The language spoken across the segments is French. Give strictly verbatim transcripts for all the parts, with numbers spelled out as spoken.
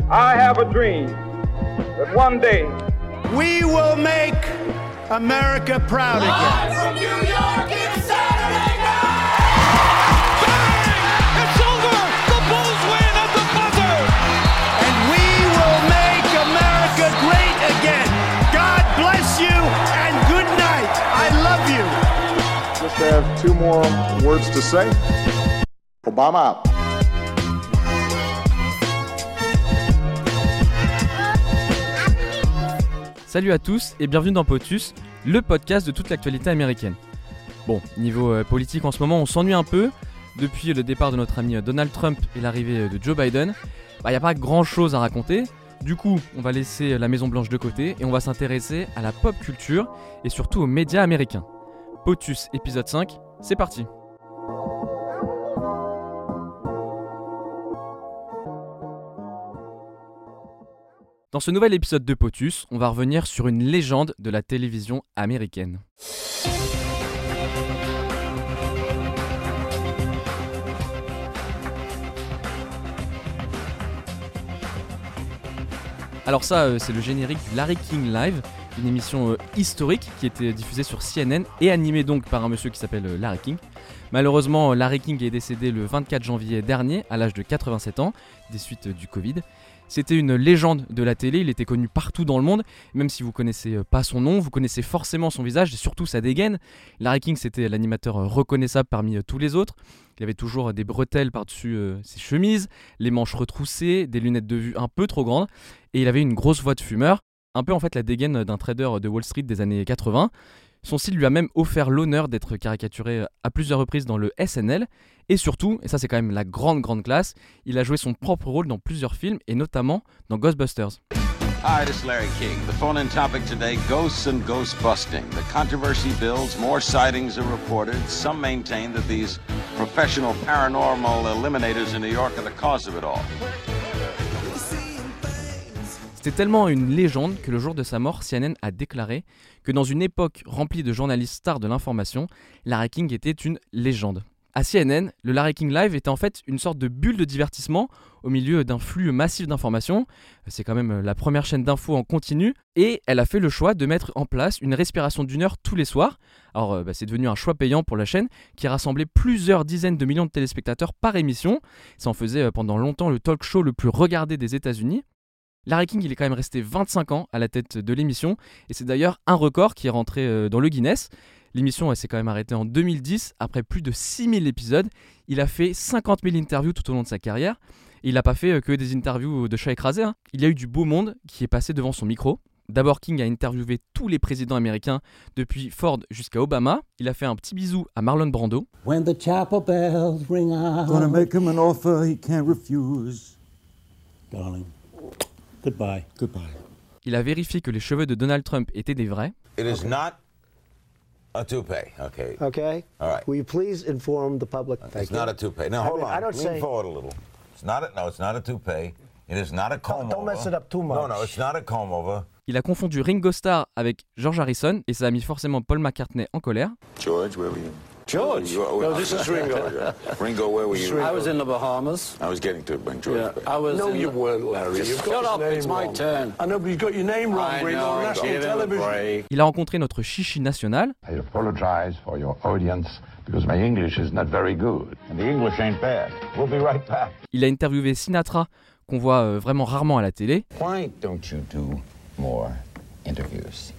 I have a dream that one day we will make America proud again. Live from New York, it's Saturday night! Bang! It's over! The Bulls win at the buzzer! And we will make America great again. God bless you and good night. I love you. Just have two more words to say. Obama out. Salut à tous et bienvenue dans POTUS, le podcast de toute l'actualité américaine. Bon, niveau euh, politique en ce moment, on s'ennuie un peu. Depuis le départ de notre ami Donald Trump et l'arrivée de Joe Biden, bah, y a pas grand chose à raconter. Du coup, on va laisser la Maison Blanche de côté et on va s'intéresser à la pop culture et surtout aux médias américains. POTUS épisode cinq, c'est parti. Dans ce nouvel épisode de POTUS, on va revenir sur une légende de la télévision américaine. Alors ça, euh, c'est le générique du Larry King Live, une émission euh, historique qui était diffusée sur C N N et animée donc par un monsieur qui s'appelle euh, Larry King. Malheureusement, Larry King est décédé le vingt-quatre janvier dernier à l'âge de quatre-vingt-sept ans, des suites euh, du Covid. C'était une légende de la télé, il était connu partout dans le monde, même si vous connaissez pas son nom, vous connaissez forcément son visage et surtout sa dégaine. Larry King, c'était l'animateur reconnaissable parmi tous les autres. Il avait toujours des bretelles par-dessus euh, ses chemises, les manches retroussées, des lunettes de vue un peu trop grandes, et il avait une grosse voix de fumeur, un peu en fait la dégaine d'un trader de Wall Street des années quatre-vingts. Son style lui a même offert l'honneur d'être caricaturé à plusieurs reprises dans le S N L. Et surtout, et ça c'est quand même la grande grande classe, il a joué son propre rôle dans plusieurs films et notamment dans Ghostbusters. Hi, this is Larry King. The phone-in topic today, ghosts and ghost busting. The controversy builds, more sightings are reported. Some maintain that these professional paranormal eliminators in New York are the cause of it all. C'était tellement une légende que le jour de sa mort, C N N a déclaré que dans une époque remplie de journalistes stars de l'information, Larry King était une légende. À C N N, le Larry King Live était en fait une sorte de bulle de divertissement au milieu d'un flux massif d'informations. C'est quand même la première chaîne d'infos en continu et elle a fait le choix de mettre en place une respiration d'une heure tous les soirs. Alors bah, c'est devenu un choix payant pour la chaîne qui rassemblait plusieurs dizaines de millions de téléspectateurs par émission. Ça en faisait pendant longtemps le talk show le plus regardé des États-Unis. Larry King, il est quand même resté vingt-cinq ans à la tête de l'émission et c'est d'ailleurs un record qui est rentré dans le Guinness. L'émission elle, s'est quand même arrêtée en deux mille dix, après plus de six mille épisodes. Il a fait cinquante mille interviews tout au long de sa carrière. Et il n'a pas fait que des interviews de chats écrasés. Hein. Il y a eu du beau monde qui est passé devant son micro. D'abord, King a interviewé tous les présidents américains, depuis Ford jusqu'à Obama. Il a fait un petit bisou à Marlon Brando. When the chapel bells ring out, gonna make him an offer he can't refuse. Darling, goodbye. Goodbye. Il a vérifié que les cheveux de Donald Trump étaient des vrais. It is not a toupee, okay? Okay. All right. Will you please inform the public? It's Thank not you. a toupee. Now, I hold mean, on. I don't Lean say- forward a little. It's not a, no, it's not a toupee. It is not a comb don't over. mess it up too No, much. no, it's not a comb over. Il a confondu Ringo Starr avec George Harrison et ça a mis forcément Paul McCartney en colère. George, where were you? George? You are- No, this is Ringo. Ringo, where were you? I was in the Bahamas. I was getting to it when George. Yeah, back. I was. No, in you the... weren't, Larry. You've got Shut his up! name It's my wrong. turn. I know, but you've got your name wrong, I Ringo, know. on national Give him a television. break. Il a rencontré notre chichi national. I apologize for your audience because my English is not very good. And the English ain't bad. We'll be right back. Il a interviewé Sinatra, qu'on voit euh, vraiment rarement à la télé. Why don't you do more interviews?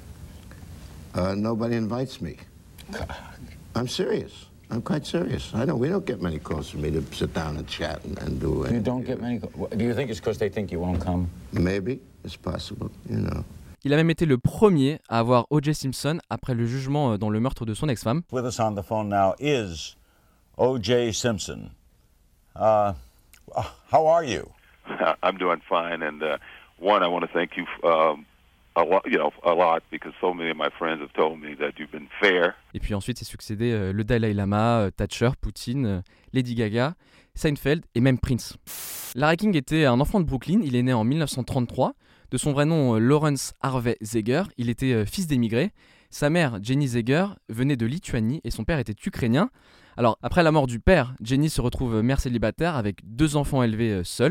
Uh, nobody invites me. I'm serious. I'm quite serious. I don't. We don't get many calls from me to sit down and chat and, and do it. You don't get many. Do you think it's because they think you won't come? Maybe it's possible. You know. Il a même été le premier à avoir O J Simpson après le jugement dans le meurtre de son ex-femme. With us on the phone now is O J Simpson. Uh, how are you? I'm doing fine, and uh, one, I want to thank you um, a lot, you know, a lot, because so many of my friends have told me that you've been fair. Et puis ensuite, c'est succédé euh, le Dalai Lama, euh, Thatcher, Poutine, euh, Lady Gaga, Seinfeld et même Prince. Larry King était un enfant de Brooklyn. Il est né en dix-neuf cent trente-trois. De son vrai nom, euh, Lawrence Harvey Zeger. Il était euh, fils d'émigrés. Sa mère, Jenny Zeger, venait de Lituanie et son père était ukrainien. Alors, après la mort du père, Jenny se retrouve mère célibataire avec deux enfants élevés euh, seuls.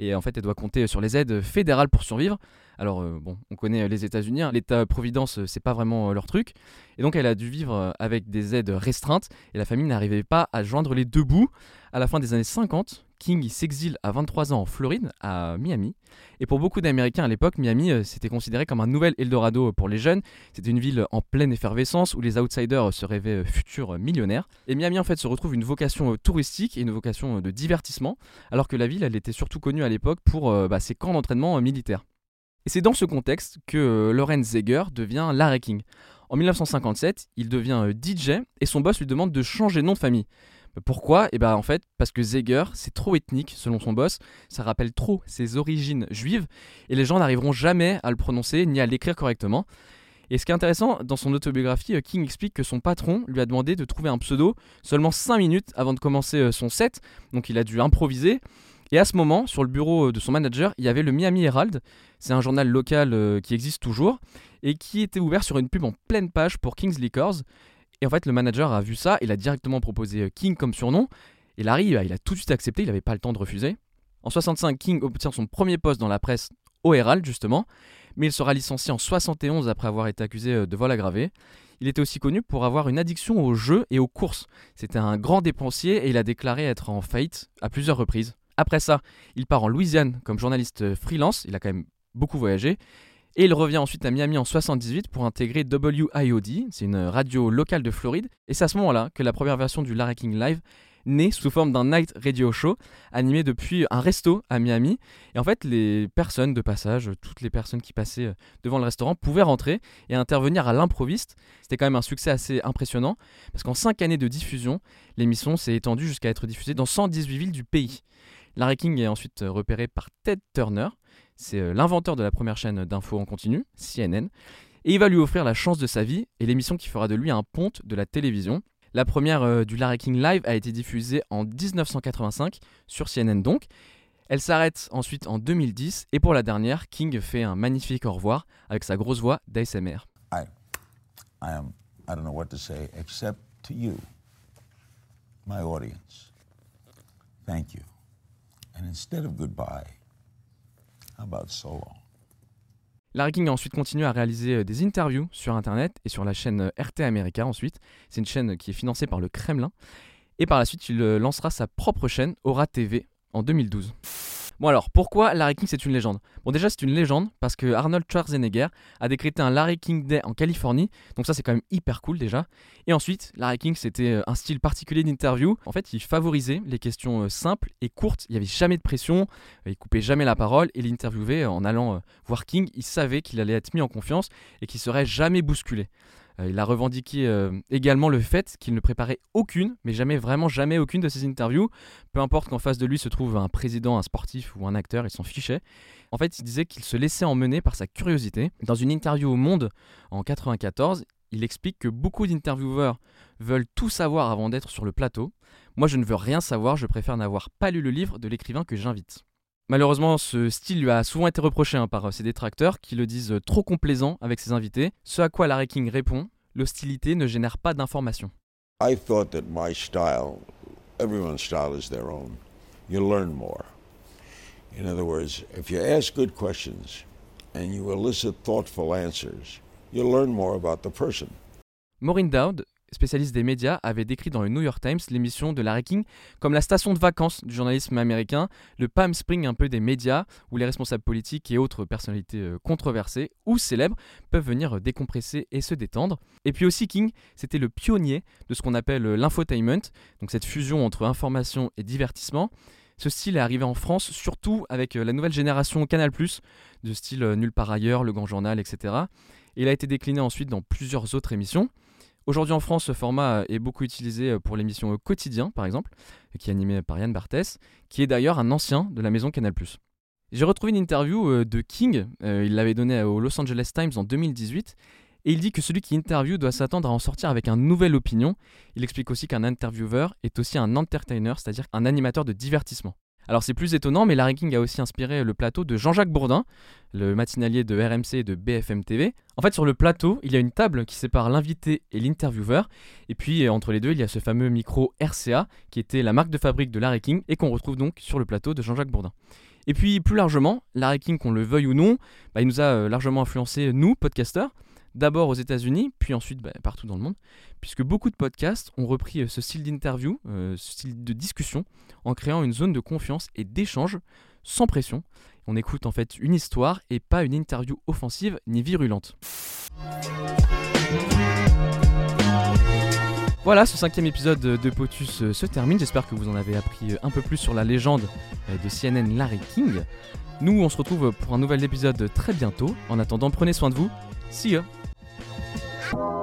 et en fait elle doit compter sur les aides fédérales pour survivre. Alors euh, bon, on connaît les États-Unis, hein, l'État-providence euh, c'est pas vraiment euh, leur truc, et donc elle a dû vivre euh, avec des aides restreintes, et la famille n'arrivait pas à joindre les deux bouts. À la fin des années cinquante, King il s'exile à vingt-trois ans en Floride, à Miami, et pour beaucoup d'Américains à l'époque, Miami euh, c'était considéré comme un nouvel Eldorado pour les jeunes. C'était une ville en pleine effervescence où les outsiders euh, se rêvaient euh, futurs euh, millionnaires, et Miami en fait se retrouve une vocation euh, touristique et une vocation euh, de divertissement, alors que la ville elle était surtout connue à l'époque pour euh, bah, ses camps d'entraînement euh, militaires. Et c'est dans ce contexte que euh, Loren Zaeger devient Larry King. En dix-neuf cent cinquante-sept, il devient euh, D J et son boss lui demande de changer de nom de famille. Pourquoi ? Et bah en fait, parce que Zaeger, c'est trop ethnique selon son boss, ça rappelle trop ses origines juives et les gens n'arriveront jamais à le prononcer ni à l'écrire correctement. Et ce qui est intéressant, dans son autobiographie, King explique que son patron lui a demandé de trouver un pseudo seulement cinq minutes avant de commencer son set, donc il a dû improviser. Et à ce moment, sur le bureau de son manager, il y avait le Miami Herald. C'est un journal local euh, qui existe toujours et qui était ouvert sur une pub en pleine page pour King's Liquors. Et en fait, le manager a vu ça, il a directement proposé King comme surnom. Et Larry, bah, il a tout de suite accepté, il n'avait pas le temps de refuser. En soixante-cinq, King obtient son premier poste dans la presse au Herald, justement. Mais il sera licencié en soixante et onze après avoir été accusé de vol aggravé. Il était aussi connu pour avoir une addiction aux jeux et aux courses. C'était un grand dépensier et il a déclaré être en faillite à plusieurs reprises. Après ça, il part en Louisiane comme journaliste freelance, il a quand même beaucoup voyagé, et il revient ensuite à Miami en soixante-dix-huit pour intégrer W I O D, c'est une radio locale de Floride, et c'est à ce moment-là que la première version du Larry King Live naît sous forme d'un night radio show animé depuis un resto à Miami. Et en fait, les personnes de passage, toutes les personnes qui passaient devant le restaurant pouvaient rentrer et intervenir à l'improviste. C'était quand même un succès assez impressionnant parce qu'en cinq années de diffusion, l'émission s'est étendue jusqu'à être diffusée dans cent dix-huit villes du pays. Larry King est ensuite repéré par Ted Turner, c'est l'inventeur de la première chaîne d'infos en continu, C N N, et il va lui offrir la chance de sa vie et l'émission qui fera de lui un ponte de la télévision. La première euh, du Larry King Live a été diffusée en dix-neuf cent quatre-vingt-cinq sur C N N donc. Elle s'arrête ensuite en deux mille dix et pour la dernière, King fait un magnifique au revoir avec sa grosse voix d'A S M R. I, I am, I don't know what to say except to you, my audience. Thank you. And instead of goodbye, how about so long? Larry King a ensuite continué à réaliser des interviews sur internet et sur la chaîne R T America ensuite. C'est une chaîne qui est financée par le Kremlin. Et par la suite, il lancera sa propre chaîne, Ora T V, en deux mille douze. Bon alors, pourquoi Larry King c'est une légende ? Bon déjà c'est une légende parce que Arnold Schwarzenegger a décrété un Larry King Day en Californie, donc ça c'est quand même hyper cool déjà. Et ensuite, Larry King c'était un style particulier d'interview. En fait, il favorisait les questions simples et courtes, il n'y avait jamais de pression, il coupait jamais la parole et l'interviewé en allant voir King, il savait qu'il allait être mis en confiance et qu'il serait jamais bousculé. Il a revendiqué euh, également le fait qu'il ne préparait aucune, mais jamais, vraiment jamais aucune de ses interviews. Peu importe qu'en face de lui se trouve un président, un sportif ou un acteur, il s'en fichait. En fait, il disait qu'il se laissait emmener par sa curiosité. Dans une interview au Monde en quatre-vingt-quatorze, il explique que beaucoup d'intervieweurs veulent tout savoir avant d'être sur le plateau. Moi, je ne veux rien savoir, je préfère n'avoir pas lu le livre de l'écrivain que j'invite. Malheureusement, ce style lui a souvent été reproché hein, par ses détracteurs qui le disent trop complaisant avec ses invités, ce à quoi Larry King répond « L'hostilité ne génère pas d'information ». I thought that my style, everyone's style is their own. You learn more. In other words, if you ask good questions and you elicit thoughtful answers, you learn more about the person. Maureen Dowd, spécialiste des médias, avait décrit dans le New York Times l'émission de Larry King comme la station de vacances du journalisme américain, le Palm Spring un peu des médias, où les responsables politiques et autres personnalités controversées ou célèbres peuvent venir décompresser et se détendre. Et puis aussi King, c'était le pionnier de ce qu'on appelle l'infotainment, donc cette fusion entre information et divertissement. Ce style est arrivé en France surtout avec la nouvelle génération Canal plus, de style Nulle part ailleurs, Le Grand Journal, et cetera. Et il a été décliné ensuite dans plusieurs autres émissions. Aujourd'hui en France, ce format est beaucoup utilisé pour l'émission Quotidien, par exemple, qui est animée par Yann Barthès, qui est d'ailleurs un ancien de la maison Canal plus. J'ai retrouvé une interview de King, il l'avait donnée au Los Angeles Times en deux mille dix-huit, et il dit que celui qui interviewe doit s'attendre à en sortir avec une nouvelle opinion. Il explique aussi qu'un intervieweur est aussi un entertainer, c'est-à-dire un animateur de divertissement. Alors c'est plus étonnant, mais Larry King a aussi inspiré le plateau de Jean-Jacques Bourdin, le matinalier de R M C et de B F M T V. En fait, sur le plateau, il y a une table qui sépare l'invité et l'intervieweur, et puis entre les deux, il y a ce fameux micro R C A, qui était la marque de fabrique de Larry King, et qu'on retrouve donc sur le plateau de Jean-Jacques Bourdin. Et puis plus largement, Larry King, qu'on le veuille ou non, bah, il nous a largement influencé, nous, podcasteurs, d'abord aux États-Unis, puis ensuite bah, partout dans le monde, puisque beaucoup de podcasts ont repris ce style d'interview, euh, ce style de discussion, en créant une zone de confiance et d'échange sans pression. On écoute en fait une histoire et pas une interview offensive ni virulente. Voilà, ce cinquième épisode de POTUS se termine. J'espère que vous en avez appris un peu plus sur la légende de C N N Larry King. Nous, on se retrouve pour un nouvel épisode très bientôt. En attendant, prenez soin de vous. See ya!